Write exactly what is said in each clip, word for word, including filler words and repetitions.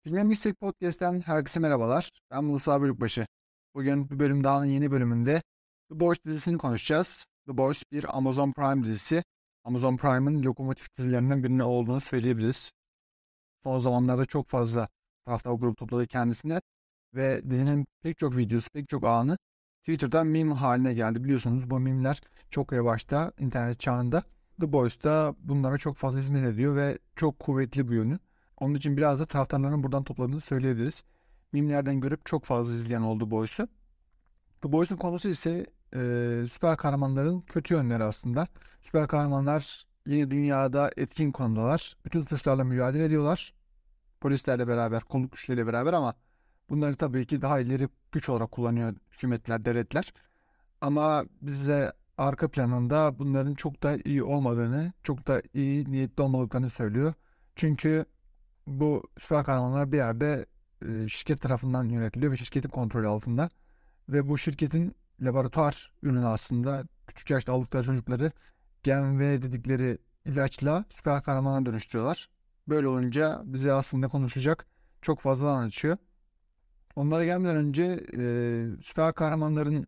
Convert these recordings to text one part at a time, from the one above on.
Filmler Mistik Podcast'ten herkese merhabalar. Ben Musa Bölükbaşı. Bugün bir bölüm daha yeni bölümünde The Boys dizisini konuşacağız. The Boys bir Amazon Prime dizisi. Amazon Prime'ın lokomotif dizilerinden birinin olduğunu söyleyebiliriz. Son zamanlarda çok fazla taraftar grup topladı kendisine ve dizinin pek çok videosu, pek çok anı Twitter'dan meme haline geldi. Biliyorsunuz bu meme'ler çok revaçta internet çağında. The Boys da bunlara çok fazla hizmet ediyor ve çok kuvvetli bir yönü. Onun için biraz da taraftarların buradan topladığını söyleyebiliriz. Mimlerden görüp çok fazla izleyen oldu Boys'u. The Boys'un konusu ise e, süper kahramanların kötü yönleri aslında. Süper kahramanlar yeni dünyada etkin konumdalar. Bütün suçlarla mücadele ediyorlar. Polislerle beraber, kolluk güçleriyle beraber ama bunları tabii ki daha ileri güç olarak kullanıyor hükümetler, devletler. Ama bize arka planında bunların çok da iyi olmadığını, çok da iyi niyetli olmadıklarını söylüyor. Çünkü bu süper kahramanlar bir yerde e, şirket tarafından yönetiliyor ve şirketin kontrolü altında. Ve bu şirketin laboratuvar ürünü aslında küçük yaşta aldıkları çocukları Gen V dedikleri ilaçla süper kahramana dönüştürüyorlar. Böyle olunca bize aslında konuşacak çok fazla alan açıyor. Onlara gelmeden önce e, süper kahramanların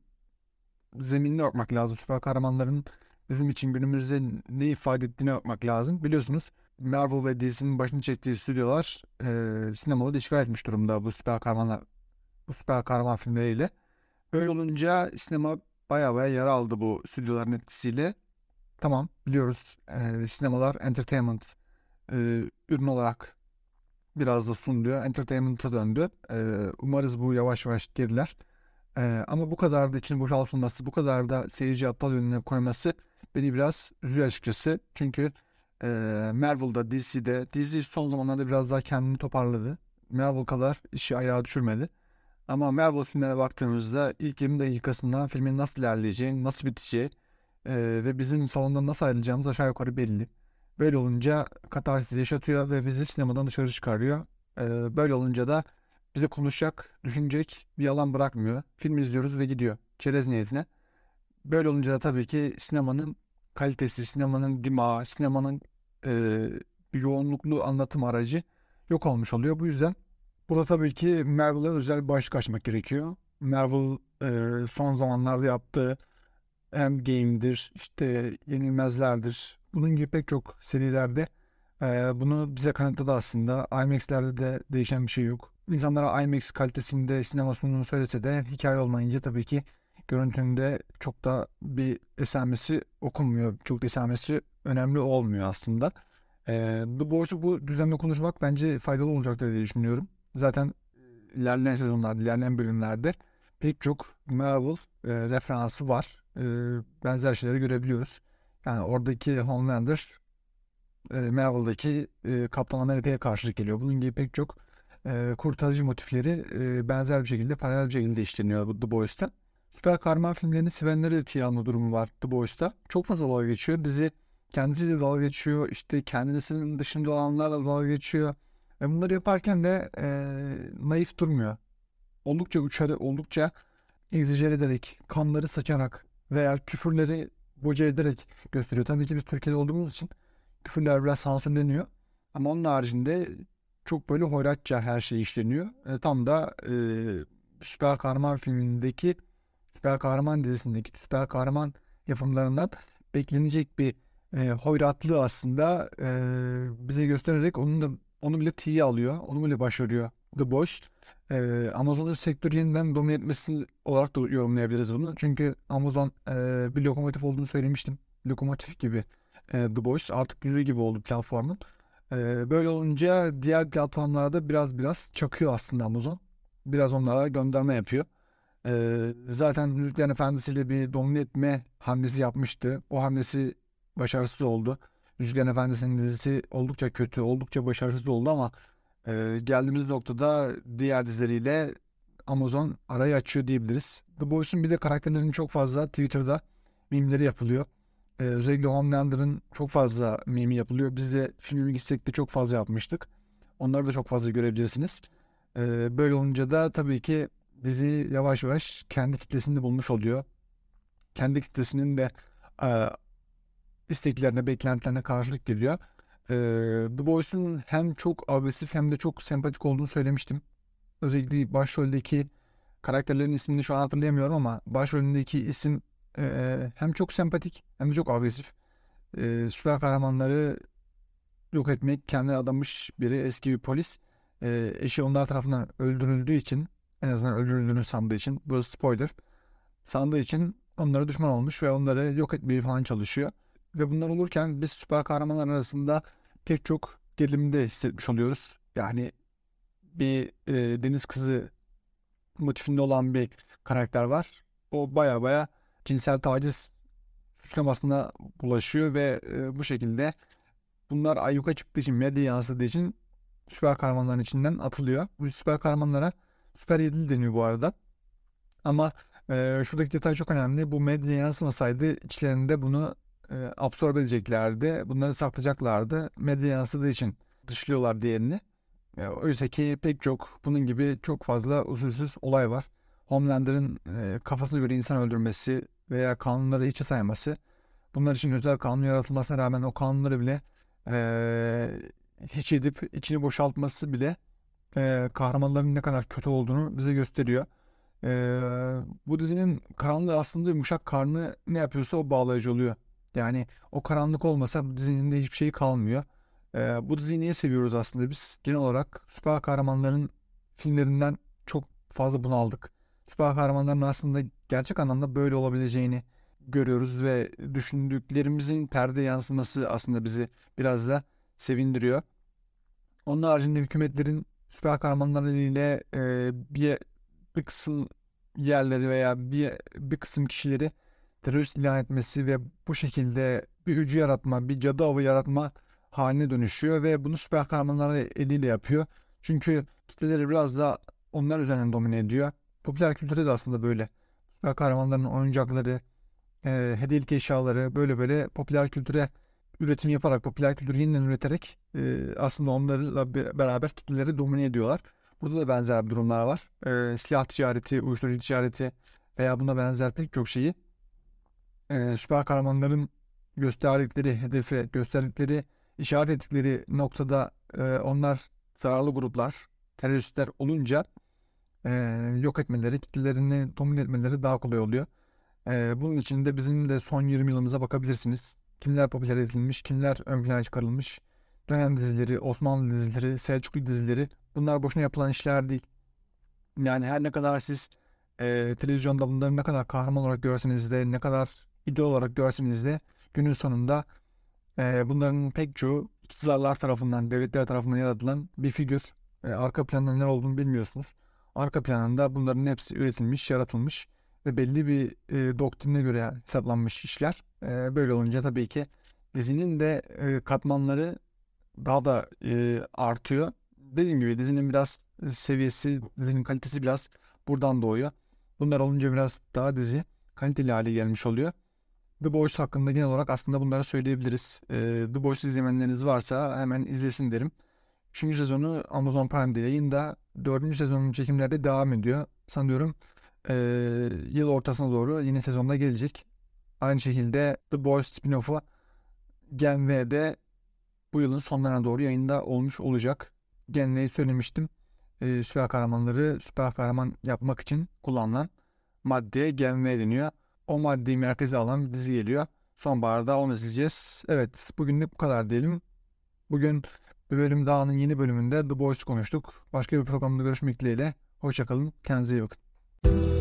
zeminine bakmak lazım. Süper kahramanların bizim için günümüzde ne ifade ettiğine bakmak lazım. Biliyorsunuz Marvel ve D C'nin başını çektiği stüdyolar e, sinemaları işgal etmiş durumda bu süper kahramanlar, bu süper kahraman filmleriyle. Böyle olunca sinema baya baya yara aldı bu stüdyoların etkisiyle. Tamam biliyoruz e, sinemalar entertainment e, ürün olarak biraz da sunuluyor. Entertainment'a döndü. E, umarız bu yavaş yavaş geriler. Ee, ama bu kadar da için boşaltılması, bu kadar da seyirci aptal yönüne koyması beni biraz üzüyor açıkçası. Çünkü e, Marvel'da, D C'de, D C son zamanlarda biraz daha kendini toparladı. Marvel kadar işi ayağa düşürmedi. Ama Marvel filmlere baktığımızda ilk yirmi dakikasından filmin nasıl ilerleyeceği, nasıl biteceği e, ve bizim salondan nasıl ayrılacağımız aşağı yukarı belli. Böyle olunca katarsis yaşatıyor ve bizi sinemadan dışarı çıkarıyor. E, böyle olunca da bize konuşacak, düşünecek bir alan bırakmıyor. Film izliyoruz ve gidiyor. Çerez niyetine. Böyle olunca da tabii ki sinemanın kalitesi, sinemanın dimağı, sinemanın e, bir yoğunluklu anlatım aracı yok olmuş oluyor. Bu yüzden burada tabii ki Marvel'a özel bir başlık açmak gerekiyor. Marvel e, son zamanlarda yaptığı Endgame'dir, işte Yenilmezlerdir. Bunun gibi pek çok serilerde e, bunu bize kanıtladı aslında. IMAX'lerde de değişen bir şey yok. İnsanlara IMAX kalitesinde sinema sunduğunu söylese de hikaye olmayınca tabii ki görüntünde çok da bir esamesi okunmuyor. Çok da esamesi önemli olmuyor aslında. E, The Boys'u bu düzenle konuşmak bence faydalı olacaktır diye düşünüyorum. Zaten ilerleyen sezonlarda, ilerleyen bölümlerde pek çok Marvel e, referansı var. E, benzer şeyleri görebiliyoruz. Yani oradaki Homelander e, Marvel'daki e, Kaptan Amerika'ya karşılık geliyor. Bunun gibi pek çok e, kurtarıcı motifleri e, benzer bir şekilde, paralel bir şekilde işleniyor bu The Boys'ta. Süper kahraman filmlerini sevenleri de tiye alma durumu var The Boys'ta. Çok fazla dalga geçiyor. Dizi kendisiyle dalga geçiyor. İşte kendisinin dışında olanlarla dalga geçiyor. Ve bunları yaparken de e, naif durmuyor. Oldukça uçarı, oldukça egzajere ederek, kanları saçarak veya küfürleri boca ederek gösteriyor. Tabii ki biz Türkiye'de olduğumuz için küfürler biraz sansürleniyor. Ama onun haricinde çok böyle hoyratça her şey işleniyor. E, tam da e, süper kahraman filmindeki, süper kahraman dizisindeki süper kahraman yapımlarından beklenecek bir e, hoyratlığı aslında e, bize göstererek onun da onu bile tiye alıyor. Onu bile başarıyor The Boys. E, Amazon'un sektörü yeniden domine etmesi olarak da yorumlayabiliriz bunu. Çünkü Amazon e, bir lokomotif olduğunu söylemiştim. Lokomotif gibi e, The Boys artık yüzü gibi oldu platformun. E, böyle olunca diğer platformlarda biraz biraz çakıyor aslında Amazon. Biraz onlara gönderme yapıyor. Ee, zaten Yüzüklerin Efendisi'yle bir domine etme hamlesi yapmıştı. O hamlesi başarısız oldu. Yüzüklerin Efendisi'nin dizisi oldukça kötü, oldukça başarısız oldu ama e, geldiğimiz noktada diğer dizileriyle Amazon arayı açıyor diyebiliriz. The Boys'un bir de karakterlerinin çok fazla Twitter'da mimleri yapılıyor. Ee, özellikle Homelander'ın çok fazla mimi yapılıyor. Biz de filmi gitsek de çok fazla yapmıştık. Onları da çok fazla görebilirsiniz. Ee, böyle olunca da tabii ki dizi yavaş yavaş kendi kitlesini bulmuş oluyor. Kendi kitlesinin de e, isteklerine, beklentilerine karşılık geliyor. Ee, The Boys'un hem çok agresif hem de çok sempatik olduğunu söylemiştim. Özellikle başroldeki karakterlerin ismini şu an hatırlayamıyorum ama başrolündeki isim e, hem çok sempatik hem de çok agresif. Ee, süper kahramanları yok etmek kendine adamış biri, eski bir polis. Ee, eşi onlar tarafından öldürüldüğü için, en azından öldürüldüğünü sandığı için, bu spoiler, sandığı için onlara düşman olmuş ve onları yok etmeye falan çalışıyor. Ve bunlar olurken biz süper kahramanlar arasında pek çok gerilimde hissetmiş oluyoruz. Yani bir e, deniz kızı motifinde olan bir karakter var. O baya baya cinsel taciz suçlamasına bulaşıyor ve e, bu şekilde bunlar ayyuka çıktığı için, medya yansıdığı için süper kahramanların içinden atılıyor. Bu süper kahramanlara süper yedili deniyor bu arada. Ama e, şuradaki detay çok önemli. Bu medya yansımasaydı içlerinde bunu e, absorbe edeceklerdi. Bunları saklayacaklardı. Medya yansıdığı için dışlıyorlar diğerini. E, oysa ki pek çok bunun gibi çok fazla usulsüz olay var. Homelander'ın e, kafasına göre insan öldürmesi veya kanunları hiçe sayması. Bunlar için özel kanun yaratılmasına rağmen o kanunları bile e, hiç edip içini boşaltması bile e, kahramanların ne kadar kötü olduğunu bize gösteriyor. Ee, bu dizinin karanlığı aslında yumuşak karnı ne yapıyorsa o bağlayıcı oluyor. Yani o karanlık olmasa bu dizinin de hiçbir şeyi kalmıyor. Ee, bu diziyi niye seviyoruz aslında biz? Genel olarak süper kahramanların filmlerinden çok fazla bunaldık. Süper kahramanların aslında gerçek anlamda böyle olabileceğini görüyoruz ve düşündüklerimizin perde yansıması aslında bizi biraz da sevindiriyor. Onun haricinde hükümetlerin süper kahramanlar eliyle e, bir bir kısım yerleri veya bir bir kısım kişileri terörist ilan etmesi ve bu şekilde bir öcü yaratma, bir cadı avı yaratma haline dönüşüyor ve bunu süper kahramanlar eliyle yapıyor. Çünkü kitleleri biraz da onlar üzerinden domine ediyor. Popüler kültürde de aslında böyle. Süper kahramanların oyuncakları, e, hediyelik eşyaları böyle böyle popüler kültüre üretim yaparak, popüler kültürü yeniden üreterek e, aslında onlarla be- beraber kitleleri domine ediyorlar. Burada da benzer durumlar var. E, silah ticareti, uyuşturucu ticareti veya buna benzer pek çok şeyi e, süper kahramanların gösterdikleri hedefe, gösterdikleri, işaret ettikleri noktada e, onlar zararlı gruplar, teröristler olunca e, yok etmeleri, kitlelerini domine etmeleri daha kolay oluyor. Ee, bunun için de bizim de son yirmi yılımıza bakabilirsiniz. Kimler popüler edilmiş, kimler ön plana çıkarılmış. Dönem dizileri, Osmanlı dizileri, Selçuklu dizileri, bunlar boşuna yapılan işler değil. Yani her ne kadar siz e, televizyonda bunları ne kadar kahraman olarak görseniz de, ne kadar idol olarak görseniz de günün sonunda e, bunların pek çoğu iktidarlar tarafından, devletler tarafından yaratılan bir figür. E, arka planında neler olduğunu bilmiyorsunuz. Arka planında bunların hepsi üretilmiş, yaratılmış ve belli bir e, doktrine göre hesaplanmış işler. E, böyle olunca tabii ki dizinin de e, katmanları daha da e, artıyor. Dediğim gibi dizinin biraz e, seviyesi, dizinin kalitesi biraz buradan doğuyor. Bunlar olunca biraz daha dizi kaliteli hale gelmiş oluyor. The Boys hakkında genel olarak aslında bunları söyleyebiliriz. Ee, The Boys izlemeyenleriniz varsa hemen izlesin derim. Üçüncü sezonu Amazon Prime'de yayında. Dördüncü sezonun çekimleri de devam ediyor. Sanıyorum ee, yıl ortasına doğru yine sezonda gelecek. Aynı şekilde The Boys spin-off'u Gen V'de bu yılın sonlarına doğru yayında olmuş olacak. Gen V'yi söylemiştim. Ee, süper kahramanları süper kahraman yapmak için kullanılan maddeye Gen V deniyor. O maddeyi merkeze alan bir dizi geliyor. Sonbaharda onu izleyeceğiz. Evet, bugünlük bu kadar diyelim. Bugün bir bölüm dağının yeni bölümünde The Boys konuştuk. Başka bir programda görüşmek dileğiyle. Hoşça kalın. Kendinize iyi bakın.